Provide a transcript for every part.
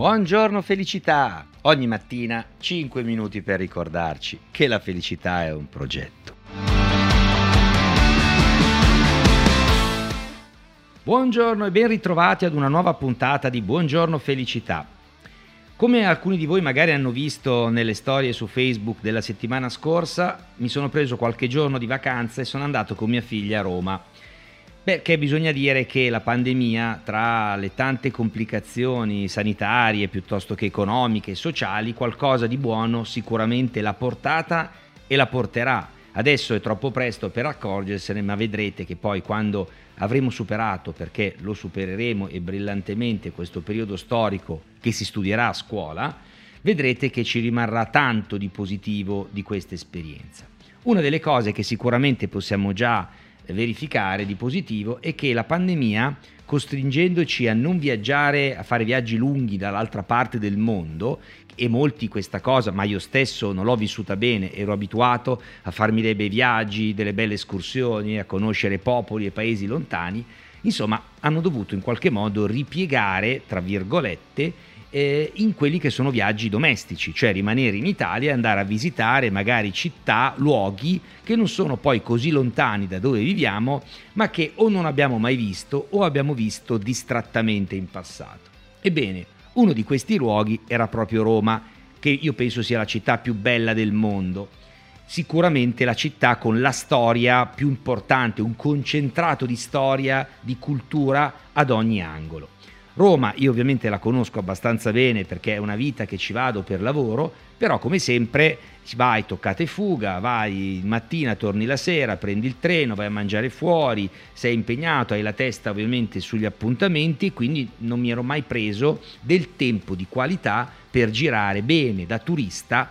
Buongiorno felicità! Ogni mattina 5 minuti per ricordarci che la felicità è un progetto. Buongiorno e ben ritrovati ad una nuova puntata di Buongiorno felicità. Come alcuni di voi magari hanno visto nelle storie su Facebook della settimana scorsa, mi sono preso qualche giorno di vacanza e sono andato con mia figlia a Roma. Perché bisogna dire che la pandemia, tra le tante complicazioni sanitarie piuttosto che economiche e sociali, qualcosa di buono sicuramente l'ha portata e la porterà. Adesso è troppo presto per accorgersene, ma vedrete che poi quando avremo superato, perché lo supereremo e brillantemente, questo periodo storico che si studierà a scuola, vedrete che ci rimarrà tanto di positivo di questa esperienza. Una delle cose che sicuramente possiamo già verificare di positivo è che la pandemia, costringendoci a non viaggiare, a fare viaggi lunghi dall'altra parte del mondo, e molti questa cosa, ma io stesso non l'ho vissuta bene, ero abituato a farmi dei bei viaggi, delle belle escursioni, a conoscere popoli e paesi lontani, insomma hanno dovuto in qualche modo ripiegare, tra virgolette, in quelli che sono viaggi domestici, cioè rimanere in Italia e andare a visitare magari città, luoghi che non sono poi così lontani da dove viviamo, ma che o non abbiamo mai visto o abbiamo visto distrattamente in passato. Ebbene, uno di questi luoghi era proprio Roma, che io penso sia la città più bella del mondo. Sicuramente la città con la storia più importante, un concentrato di storia, di cultura ad ogni angolo. Roma io ovviamente la conosco abbastanza bene perché è una vita che ci vado per lavoro, però come sempre vai toccata e fuga, vai mattina, torni la sera, prendi il treno, vai a mangiare fuori, sei impegnato, hai la testa ovviamente sugli appuntamenti e quindi non mi ero mai preso del tempo di qualità per girare bene da turista,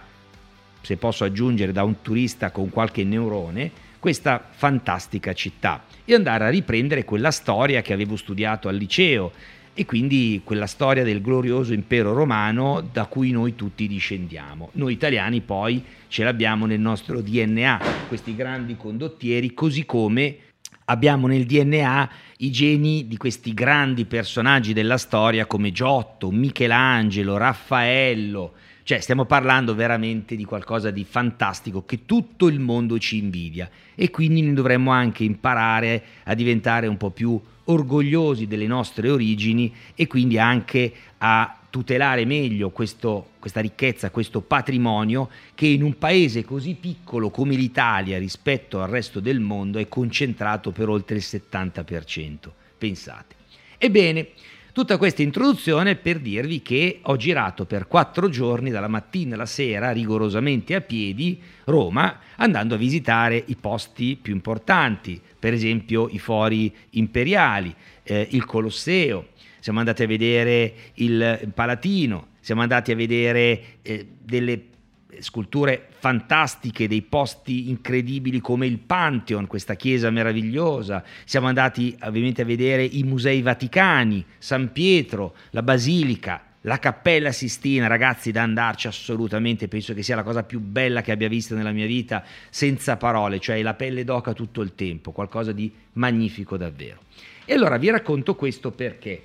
se posso aggiungere da un turista con qualche neurone, questa fantastica città e andare a riprendere quella storia che avevo studiato al liceo, e quindi quella storia del glorioso impero romano da cui noi tutti discendiamo. Noi italiani poi ce l'abbiamo nel nostro DNA, questi grandi condottieri, così come abbiamo nel DNA i geni di questi grandi personaggi della storia come Giotto, Michelangelo, Raffaello. Cioè stiamo parlando veramente di qualcosa di fantastico che tutto il mondo ci invidia e quindi ne dovremmo anche imparare a diventare un po' più orgogliosi delle nostre origini e quindi anche a tutelare meglio questa ricchezza, questo patrimonio che in un paese così piccolo come l'Italia rispetto al resto del mondo è concentrato per oltre il 70%. Pensate. Ebbene, tutta questa introduzione per dirvi che ho girato per 4 giorni dalla mattina alla sera rigorosamente a piedi Roma, andando a visitare i posti più importanti, per esempio i fori imperiali, il Colosseo, siamo andati a vedere il Palatino, siamo andati a vedere delle sculture fantastiche, dei posti incredibili come il Pantheon, questa chiesa meravigliosa, siamo andati ovviamente a vedere i musei vaticani, San Pietro, la Basilica, la Cappella Sistina, ragazzi, da andarci assolutamente, penso che sia la cosa più bella che abbia visto nella mia vita, senza parole, cioè la pelle d'oca tutto il tempo, qualcosa di magnifico davvero. E allora vi racconto questo perché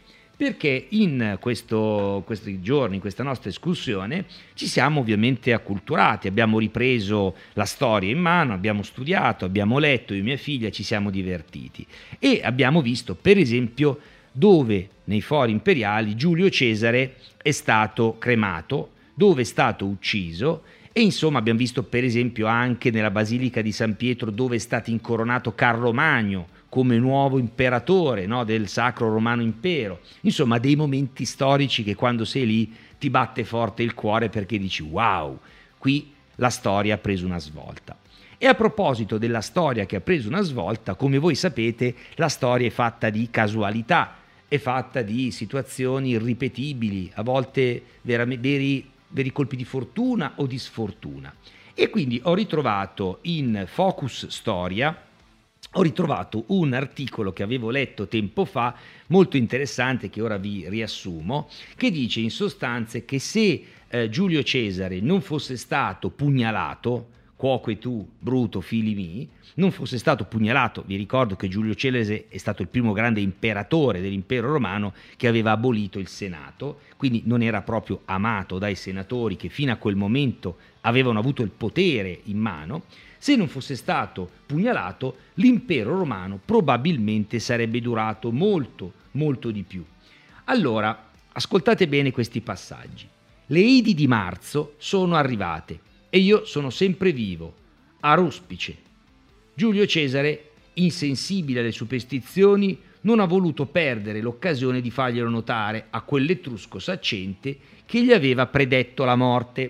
in questi giorni, in questa nostra escursione, ci siamo ovviamente acculturati, abbiamo ripreso la storia in mano, abbiamo studiato, abbiamo letto, io e mia figlia ci siamo divertiti e abbiamo visto per esempio dove nei fori imperiali Giulio Cesare è stato cremato, dove è stato ucciso e insomma abbiamo visto per esempio anche nella Basilica di San Pietro dove è stato incoronato Carlo Magno come nuovo imperatore, no, del Sacro Romano Impero. Insomma dei momenti storici che quando sei lì ti batte forte il cuore perché dici wow, qui la storia ha preso una svolta. E a proposito della storia che ha preso una svolta, come voi sapete, la storia è fatta di casualità, è fatta di situazioni irripetibili, a volte veri colpi di fortuna o di sfortuna. E quindi ho ritrovato in Focus Storia, ho ritrovato un articolo che avevo letto tempo fa, molto interessante, che ora vi riassumo, che dice in sostanza che se Giulio Cesare non fosse stato pugnalato, quoque tu, Bruto, fili mi, non fosse stato pugnalato. Vi ricordo che Giulio Cesare è stato il primo grande imperatore dell'impero romano che aveva abolito il Senato, quindi non era proprio amato dai senatori che fino a quel momento avevano avuto il potere in mano. Se non fosse stato pugnalato, l'impero romano probabilmente sarebbe durato molto, molto di più. Allora, ascoltate bene questi passaggi. Le Idi di marzo sono arrivate e io sono sempre vivo, a ruspice. Giulio Cesare, insensibile alle superstizioni, non ha voluto perdere l'occasione di farglielo notare a quell'etrusco saccente che gli aveva predetto la morte.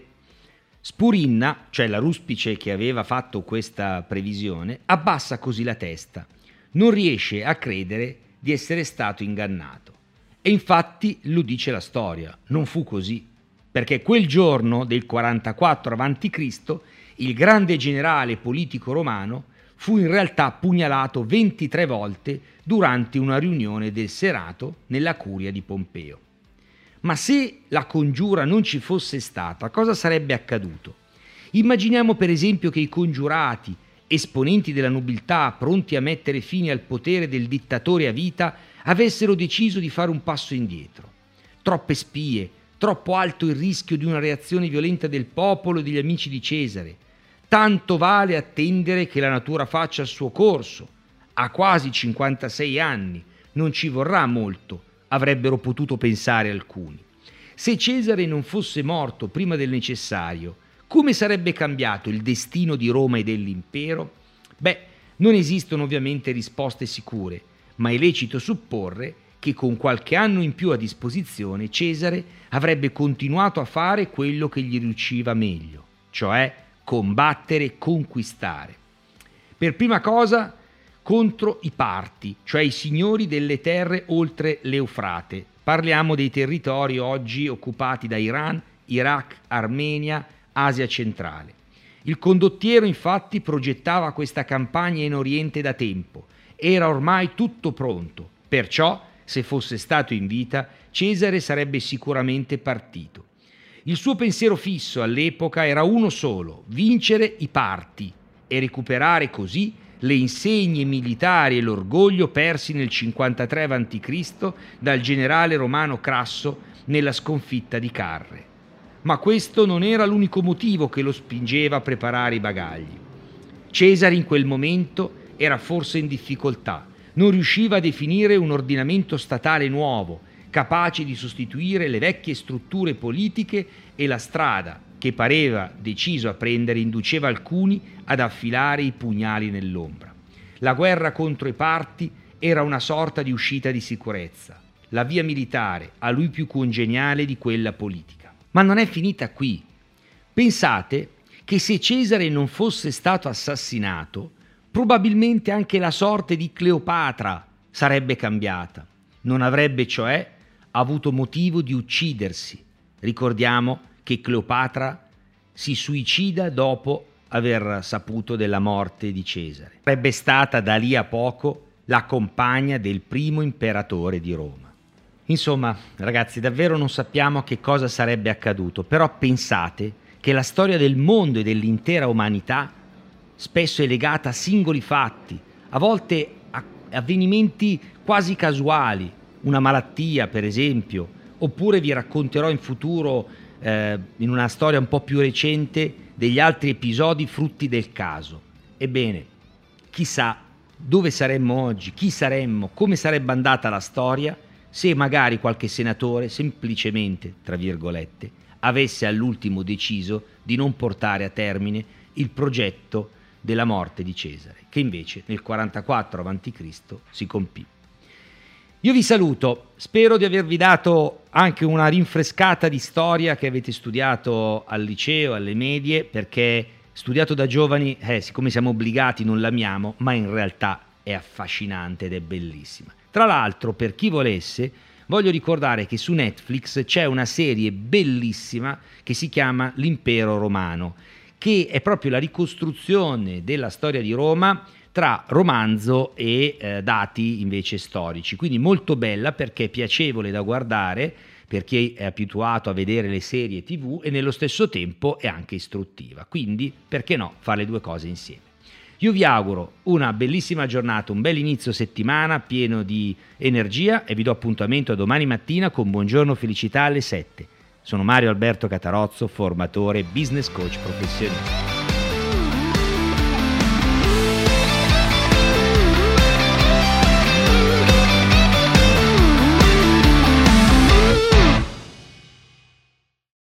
Spurinna, cioè la ruspice che aveva fatto questa previsione, abbassa così la testa. Non riesce a credere di essere stato ingannato. E infatti lo dice la storia, non fu così, perché quel giorno del 44 a.C. il grande generale politico romano fu in realtà pugnalato 23 volte durante una riunione del Senato nella curia di Pompeo. Ma se la congiura non ci fosse stata, cosa sarebbe accaduto? Immaginiamo per esempio che i congiurati, esponenti della nobiltà pronti a mettere fine al potere del dittatore a vita, avessero deciso di fare un passo indietro. Troppe spie, troppo alto il rischio di una reazione violenta del popolo e degli amici di Cesare. Tanto vale attendere che la natura faccia il suo corso. Ha quasi 56 anni, non ci vorrà molto, avrebbero potuto pensare alcuni. Se Cesare non fosse morto prima del necessario, come sarebbe cambiato il destino di Roma e dell'impero? Beh, non esistono ovviamente risposte sicure, ma è lecito supporre che con qualche anno in più a disposizione Cesare avrebbe continuato a fare quello che gli riusciva meglio, cioè combattere e conquistare. Per prima cosa contro i Parti, cioè i signori delle terre oltre l'Eufrate. Parliamo dei territori oggi occupati da Iran, Iraq, Armenia, Asia centrale. Il condottiero infatti progettava questa campagna in Oriente da tempo, era ormai tutto pronto, perciò se fosse stato in vita Cesare sarebbe sicuramente partito. Il suo pensiero fisso all'epoca era uno solo: vincere i Parti e recuperare così le insegne militari e l'orgoglio persi nel 53 a.C. dal generale romano Crasso nella sconfitta di Carre. Ma questo non era l'unico motivo che lo spingeva a preparare i bagagli. Cesare in quel momento era forse in difficoltà, non riusciva a definire un ordinamento statale nuovo, capace di sostituire le vecchie strutture politiche, e la strada che pareva deciso a prendere induceva alcuni ad affilare i pugnali nell'ombra. La guerra contro i Parti era una sorta di uscita di sicurezza, la via militare a lui più congeniale di quella politica. Ma non è finita qui. Pensate che se Cesare non fosse stato assassinato, probabilmente anche la sorte di Cleopatra sarebbe cambiata. Non avrebbe cioè avuto motivo di uccidersi. Ricordiamo che Cleopatra si suicida dopo aver saputo della morte di Cesare. Sarebbe stata da lì a poco la compagna del primo imperatore di Roma. Insomma, ragazzi, davvero non sappiamo che cosa sarebbe accaduto, però pensate che la storia del mondo e dell'intera umanità spesso è legata a singoli fatti, a volte a avvenimenti quasi casuali, una malattia per esempio, oppure vi racconterò in futuro, in una storia un po' più recente, degli altri episodi frutti del caso. Ebbene, chissà dove saremmo oggi, chi saremmo, come sarebbe andata la storia se magari qualche senatore semplicemente, tra virgolette, avesse all'ultimo deciso di non portare a termine il progetto della morte di Cesare, che invece nel 44 a.C. si compì. Io vi saluto, spero di avervi dato anche una rinfrescata di storia che avete studiato al liceo, alle medie, perché studiato da giovani, siccome siamo obbligati non l'amiamo, ma in realtà è affascinante ed è bellissima. Tra l'altro, per chi volesse, voglio ricordare che su Netflix c'è una serie bellissima che si chiama L'Impero Romano, che è proprio la ricostruzione della storia di Roma tra romanzo e dati invece storici, quindi molto bella perché è piacevole da guardare, per chi è abituato a vedere le serie TV e nello stesso tempo è anche istruttiva. Quindi, perché no, fare le due cose insieme. Io vi auguro una bellissima giornata, un bel inizio settimana pieno di energia e vi do appuntamento a domani mattina con Buongiorno Felicità alle 7. Sono Mario Alberto Catarozzo, formatore, business coach professionista.